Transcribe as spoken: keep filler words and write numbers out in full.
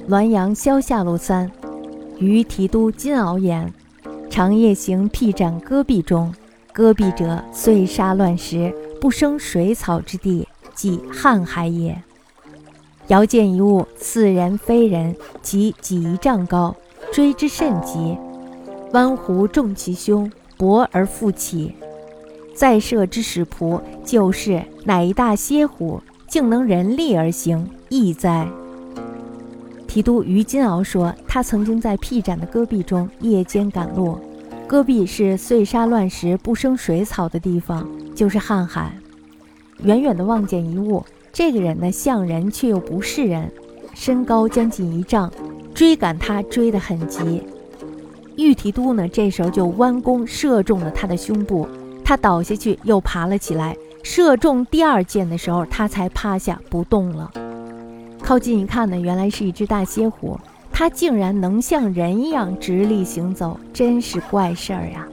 滦阳萧下路三，于提督金鳌言：长夜行辟斩戈壁中，戈壁者，碎沙乱石，不生水草之地，即瀚海也。遥见一物，似人非人，其几一丈高，追之甚急，弯弧中其胸，搏而复起。再射之使仆，就是乃一大蝎虎，竟能人力而行，异哉！提督于金鳌说，他曾经在辟斩的戈壁中夜间赶路，戈壁是碎沙乱石、不生水草的地方，就是瀚海。远远地望见一物，这个人呢像人却又不是人，身高将近一丈，追赶他追得很急。玉提督呢这时候就弯弓射中了他的胸部，他倒下去又爬了起来，射中第二箭的时候他才趴下不动了。靠近一看呢，原来是一只大蝎虎，它竟然能像人一样直立行走，真是怪事儿呀。